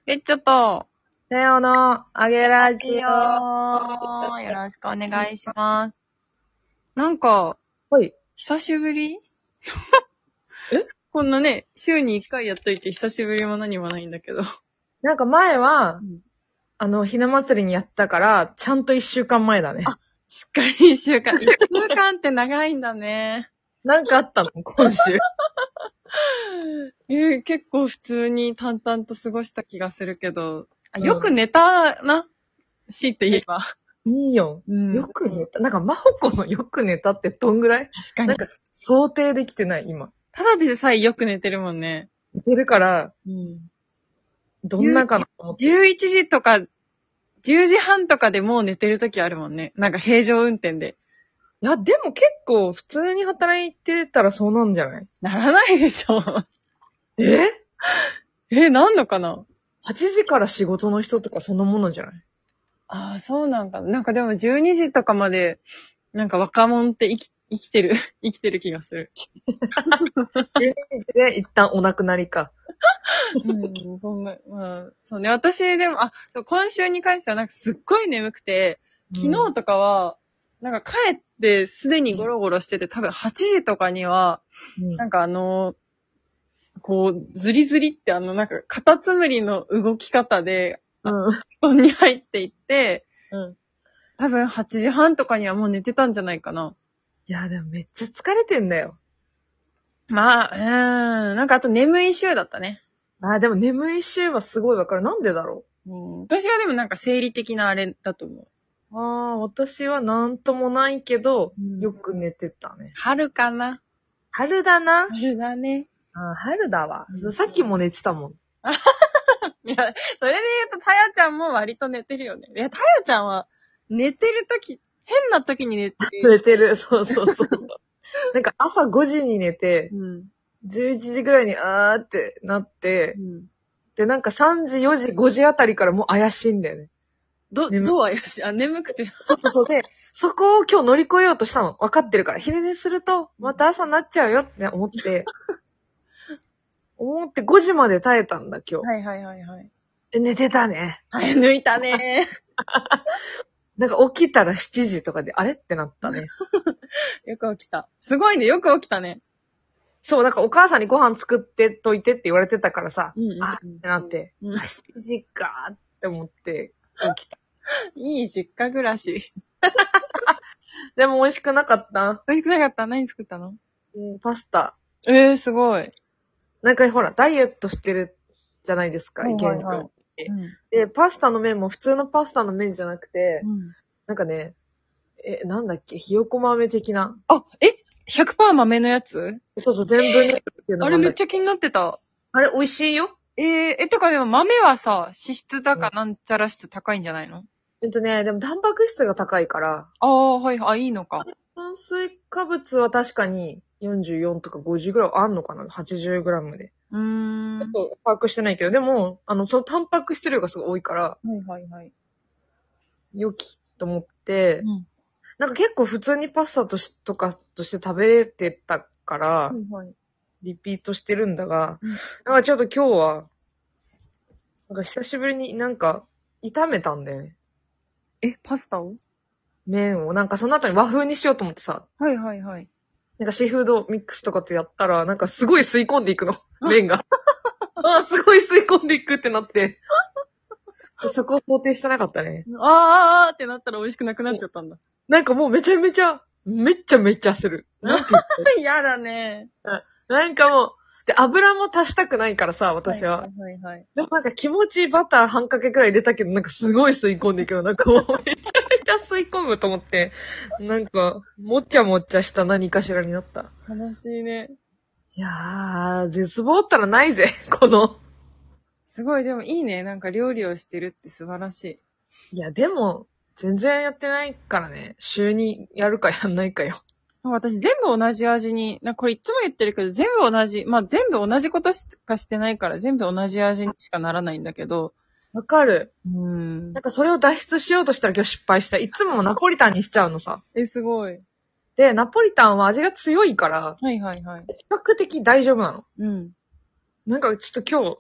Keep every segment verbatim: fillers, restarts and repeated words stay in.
ペッチョと、 レオのあげラジオ。 よーよろしくお願いします。なんか、 はい。 久しぶりえこんなね、週にいっかいやっといて久しぶりも何もないんだけど。 なんか前は、 うんあの、ひな祭りにやったから、ちゃんと一週間前だね。 あしっかりいっしゅうかん。いっしゅうかんって長いんだね。 なんかあったの今週。 えー結構普通に淡々と過ごした気がするけど、あよく寝たな。しって言えば。 いいよ。 うんよく寝た。なんか、まほこのよく寝たってどんぐらい確かに。 なんか、想定できてない、今。 ただでさえよく寝てるもんね。 寝てるから、 うん。 どんなかなと思って。 じゅういちじとか、じゅうじはんとかでもう寝てる時あるもんね。なんか平常運転で。 いや、でも結構、普通に働いてたらそうなんじゃないならないでしょ。 ええ、なんのかな ?はち 時から仕事の人とかそのものじゃないああ、そうなんかな。なんかでもじゅうにじとかまで、なんか若者って生き、生きてる、生きてる気がする。 じゅうにじで一旦お亡くなりか。 うん、そんな、まあ、そうね。私でも、あ、今週に関してはなんかすっごい眠くて、昨日とかは、なんか帰ってすでにゴロゴロしてて、多分はちじとかには、 うん、 なんかあの、こう、ズリズリってあの、なんか、カタツムリの動き方で、 うん。 布団に入っていって、 うん。 多分はちじはんとかにはもう寝てたんじゃないかな。 いや、でもめっちゃ疲れてんだよ。 まあ、うーん、なんかあと眠い週だったね。 あー、でも眠い週はすごいわかる。なんでだろうん、私はでもなんか生理的なあれだと思う。 う。ああ、私はなんともないけど、 うんよく寝てたね。 春かな春だな。 春だね。 あー春だわ、 うんさっきも寝てたもん。 いや、それで言うと、たやちゃんも割と寝てるよね。いや、たやちゃんは寝てるとき、変なときに寝てる。 寝てる。そうそうそうそう。なんか朝ごじに寝て、 うん。 じゅういちじぐらいにあーってなってう、ん。 で、なんかさんじ、よじ、ごじあたりからもう怪しいんだよね。 ど、 眠どうはよし、あ、眠くて。 そうそうそう。で、そこを今日乗り越えようとしたの。分かってるから。昼寝すると、また朝になっちゃうよって思って、思ってごじまで耐えたんだ、今日。 はいはいはいはい。 え寝てたね。 はい、抜いたねなんか起きたらしちじとかで、あれってなったね。 よく起きた。すごいね、よく起きたね。 そう、なんかお母さんにご飯作ってといてって言われてたからさ、 うんうんうんあってなって、 うんあ、しちじかーって思って起きた。 いい実家暮らし。 でも美味しくなかった。 美味しくなかった？何作ったの？ うんパスタ。 えー、すごい。 なんかほら、ダイエットしてるじゃないですか、 はいはい現状。 はいうん。 で、パスタの麺も普通のパスタの麺じゃなくて、 うん、 なんかね、え、なんだっけ、ひよこ豆的な。 あ、え ?ひゃくパーセント 豆のやつ？ そうそう、全部ね、っていうのあれもんだけどめっちゃ気になってた。 あれ美味しいよ。 えー、え、てかでも豆はさ、脂質だかなんちゃら質高いんじゃないの？ えっとね、でもタンパク質が高いから、 ああ、はいはい、あ、いいのか。 炭水化物は確かによんじゅうよんとかごじゅうぐらいあんのかな ?はちじゅうグラム で。 うーん。はちょっと把握してないけど、でも、あの、そのタンパク質量がすごい多いから、 いはいはい。 良きと思って、 うん。 なんか結構普通にパスタとし、とかとして食べれてたから、 はいはい。 リピートしてるんだが、 うんなんかちょっと今日は、なんか久しぶりになんか炒めたんだよね。 え、パスタを？ 麺を。なんかその後に和風にしようと思ってさ、 はいはいはい。 なんかシーフードミックスとかとやったら、なんかすごい吸い込んでいくの。麺が。ああ、すごい吸い込んでいくってなって。そこを想定してなかったね。 あーあーあーってなったら美味しくなくなっちゃったんだ。 なんかもうめちゃめちゃ、めっちゃめっちゃする。なんて言ってやだね。 なんかもう、で、油も足したくないからさ、私は。 はいはいはい。 でもなんか気持ちバター半かけくらい入れたけど、なんかすごい吸い込んでいくの。なんかもうめちゃめちゃ吸い込むと思って、なんか、もっちゃもっちゃした何かしらになった。 悲しいね。 いやー、絶望ったらないぜ、この。 すごい、でもいいね。なんか料理をしてるって素晴らしい。 いや、でも、全然やってないからね。週にやるかやんないかよ。 私全部同じ味に、なんかこれいつも言ってるけど、全部同じ、まあ全部同じことしかしてないから全部同じ味にしかならないんだけど。 わかる。 うーんなん。かそれを脱出しようとしたら今日失敗した。いつもナポリタンにしちゃうのさ。 え、すごい。 で、ナポリタンは味が強いから、 はいはいはい。 比較的大丈夫なの。 うん。 なんかちょっと今日、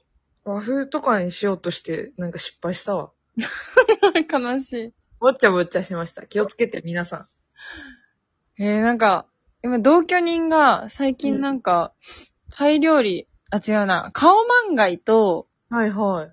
和風とかにしようとして、なんか失敗したわ。 悲しい。 ぼっちゃぼっちゃしました。気をつけて、皆さん。 えー、なんか、今同居人が最近なんか、タイ料理、あ、違うな、カオマンガイと、 はいはい。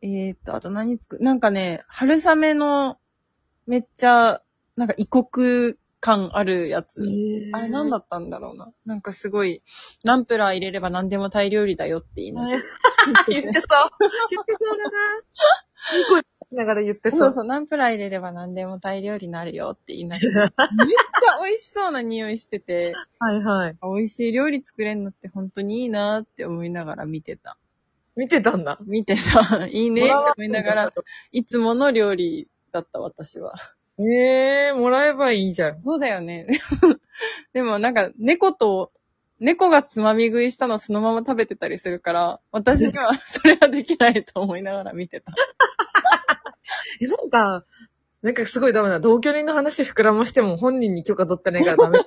えーっと、あと何作るなんかね、春雨の、めっちゃ、なんか異国感あるやつ。 えー、 あれ何だったんだろうな。なんかすごい、ナンプラー入れれば何でもタイ料理だよって言いながら。 言ってそう。言ってそうだな。いい声しながら言ってそう。 そうそう、ナンプラー入れれば何でもタイ料理になるよって言いながら。めっちゃ美味しそうな匂いしてて、 はいはい。 美味しい料理作れんのって本当にいいなって思いながら見てた。 見てたんだ。 見てさ、いいねって思いながら、いつもの料理だった私は。 ええー、もらえばいいじゃん。 そうだよね。でもなんか猫と、猫がつまみ食いしたのそのまま食べてたりするから、私にはそれはできないと思いながら見てた。 え、なんか、なんかすごいダメだ。同居人の話膨らましても本人に許可取ってないからダメ。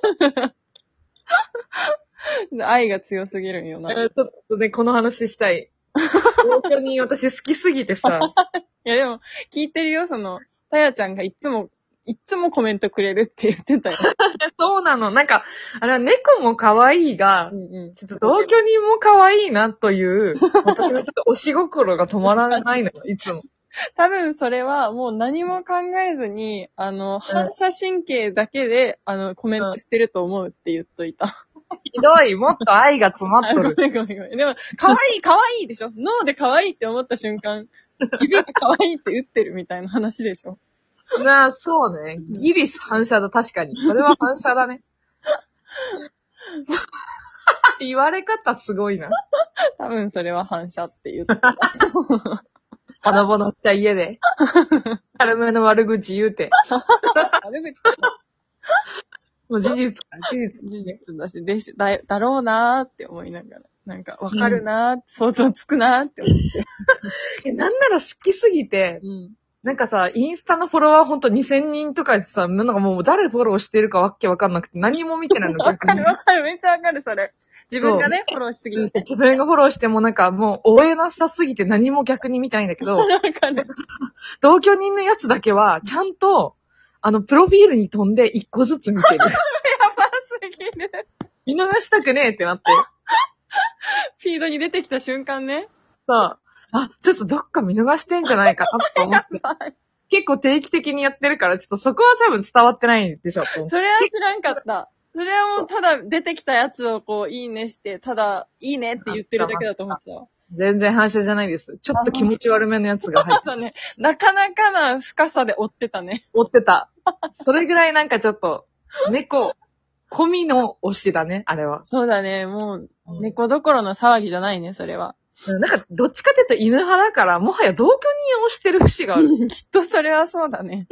愛が強すぎるんよな。 えーちょっとね、この話したい。同居人私好きすぎてさ。 いやでも、聞いてるよ、その、たやちゃんがいつも、いつもコメントくれるって言ってたよ。 そうなの。なんか、あれは猫も可愛いが、 うんうん。 ちょっと同居人も可愛いなという、私のちょっと推し心が止まらないのよ、いつも。 多分それはもう何も考えずに、あの、反射神経だけで、あの、コメントしてると思うって言っといた。 ひどい、もっと愛が詰まっあ、 とる。 ごめんごめんごめん。でも、可愛い可愛いでしょ脳で可愛いって思った瞬間、指が可愛いって打ってるみたいな話でしょなあ、そうね。ギリ反射だ、確かに。それは反射だね。言われ方すごいな。 多分それは反射って言ってた。 ほのぼのした家で。軽めの悪口言うて。 悪口もう事実か、事実。 事実だし、でし、だ、だろうなーって思いながら。なんか、わかるなー、想像つくなーって思って。 え、なんなら好きすぎて、 うん。 なんかさ、インスタのフォロワーほんとにせんにんとかでさ、なんかもう誰フォローしてるかわけわかんなくて何も見てないのわ逆に。 かるわかる、めっちゃわかる、それ。自分がね、フォローしすぎて。 自分がフォローしてもなんかもう追えなさすぎて何も逆に見たいんだけど、 わかる。 同居人のやつだけはちゃんと、あの、プロフィールに飛んで一個ずつ見てる。 やばすぎる。 見逃したくねえってなって。 フィードに出てきた瞬間ね。 さあ、あ、ちょっとどっか見逃してんじゃないかなと思って。 やばい。 結構定期的にやってるから、ちょっとそこは多分伝わってないでしょ。 それは知らんかった。それはもうただ出てきたやつをこう、いいねして、ただ、いいねって言ってるだけだと思ってたわ。 全然反射じゃないです。ちょっと気持ち悪めのやつが入ってそうだね。なかなかな深さで追ってたね。 追ってた。それぐらいなんかちょっと、猫、込みの推しだね、あれは。 そうだね。もう、猫どころの騒ぎじゃないね、それは。 なんか、どっちかっていうと犬派だから、もはや同居人をしてる節がある。 きっとそれはそうだね。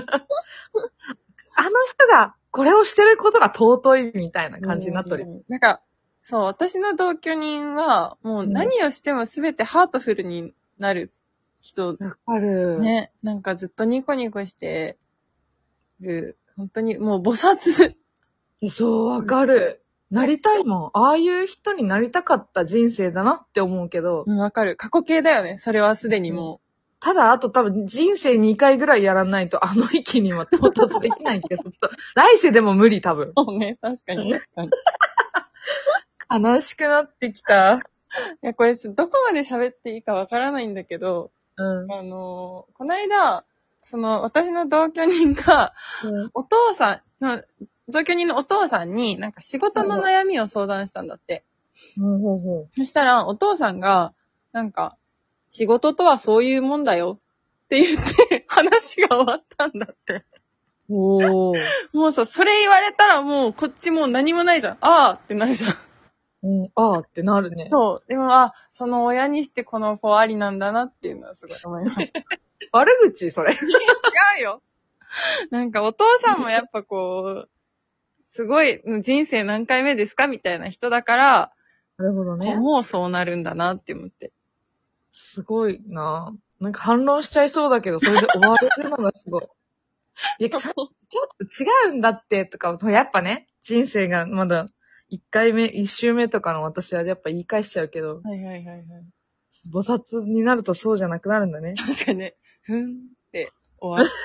あの人が、これをしてることが尊いみたいな感じになっとる。 うんなんか、そう、私の同居人は、もう何をしてもすべてハートフルになる人、 わかる。 ね。なんかずっとニコニコしてる、本当にもう菩薩。 そう、わかる。なりたいもん。ああいう人になりたかった人生だなって思うけど。 うん、わかる。過去形だよね。それはすでにもただ、あと多分人生にかいぐらいやらないとあの域には到達できない気がする。ちょっと来世でも無理多分う。。そうね。確かに。確かに。い悲しくなってきた。 や、これちょっとどこまで喋っていいかわからないんだけど、 うん。 あのーこの間、その、私の同居人が、 うんお父さん、その同居人のお父さんになんか仕事の悩みを相談したんだって。 ほうほうほそしたら、お父さんが、なんか、仕事とはそういうもんだよって言って話が終わったんだって。 う。おー。 もうさ、それ言われたらもうこっちもう何もないじゃん。あーってなるじゃん。 うん、あーってなるね。 そう。でも、あ、その親にしてこの子ありなんだなっていうのはすごい思います。違悪口それ。 うよ。なんかお父さんもやっぱこう、すごい、人生何回目ですかみたいな人だから、 なるほどね。 もうそうなるんだなって思って。 すごいな。なんか反論しちゃいそうだけど、それで終われるのがすごい。いや、ちょちょっと違うんだってとか、やっぱね、人生がまだ一回目、一周目とかの私はやっぱ言い返しちゃうけど、 はいはいはいはい。 菩薩になるとそうじゃなくなるんだね。 確かにね、ふんって終わる。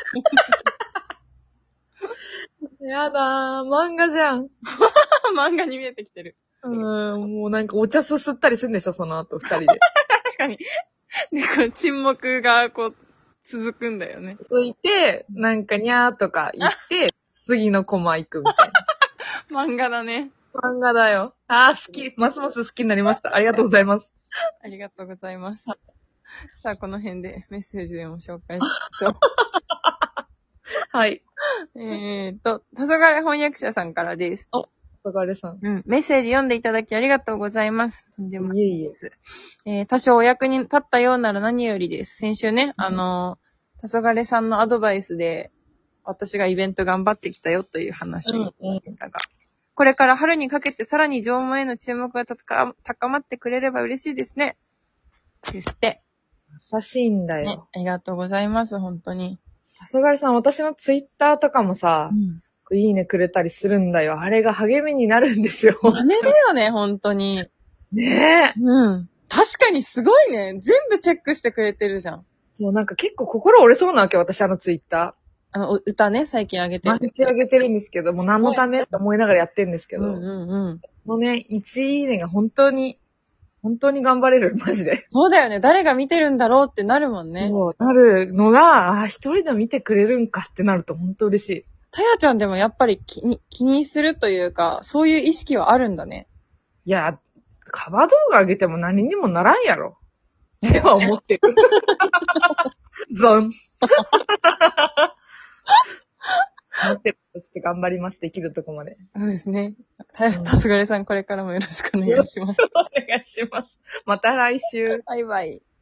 やだー、漫画じゃん。 漫画に見えてきてる。 うーん、もうなんかお茶すすったりするんでしょ、その後二人で。 確かに。で、こう沈黙がこう、続くんだよね。 続いて、なんかにゃーとか言って、次のコマ行くみたいな。 漫画だね。 漫画だよ。あー、好き。ますます好きになりました。ありがとうございます。 ありがとうございます。さあ、この辺でメッセージでも紹介しましょう。 はい。 えーと、黄昏翻訳者さんからです。 お、とがれさん。 うん。メッセージ読んでいただきありがとうございます。とんでもないいえいえで。す。えー、多少お役に立ったようなら何よりです。先週ね、あのー、黄昏さんのアドバイスで、私がイベント頑張ってきたよという話をしましたが、これから春にかけてさらに縄文への注目が高高まってくれれば嬉しいですね。ですって。 優しいんだねよ。、 ありがとうございます、本当に。 黄昏さん、私のツイッターとかもさ、 ん。 いいねくれたりするんだよ。あれが励みになるんですよ。 真似だよね、本当に。 ねえ。 うん。確かにすごいね。全部チェックしてくれてるじゃん。 そう、なんか結構心折れそうなわけ、私あのツイッタあの、お歌ね、最近あげー。 て毎日あげてるんですけど、もう何のためって思いながらやってるんですけど、 うんうんうん。 このね、いちいいねが本当に、本当に頑張れる、マジで。 そうだよね。誰が見てるんだろうってなるもんね。 そう、なるのが、あ、一人でも見てくれるんかってなると本当嬉しい。 たやちゃんでもやっぱり気に、気にするというか、そういう意識はあるんだね。 いや、カバー動画上げても何にもならんやろ。っては思ってる。ゾン。思ってる。ちょっと頑張ります。できるとこまで。 そうですね。た、たすがれさんこれからもよろしくお願いします。 お願いします。また来週。 バイバイ。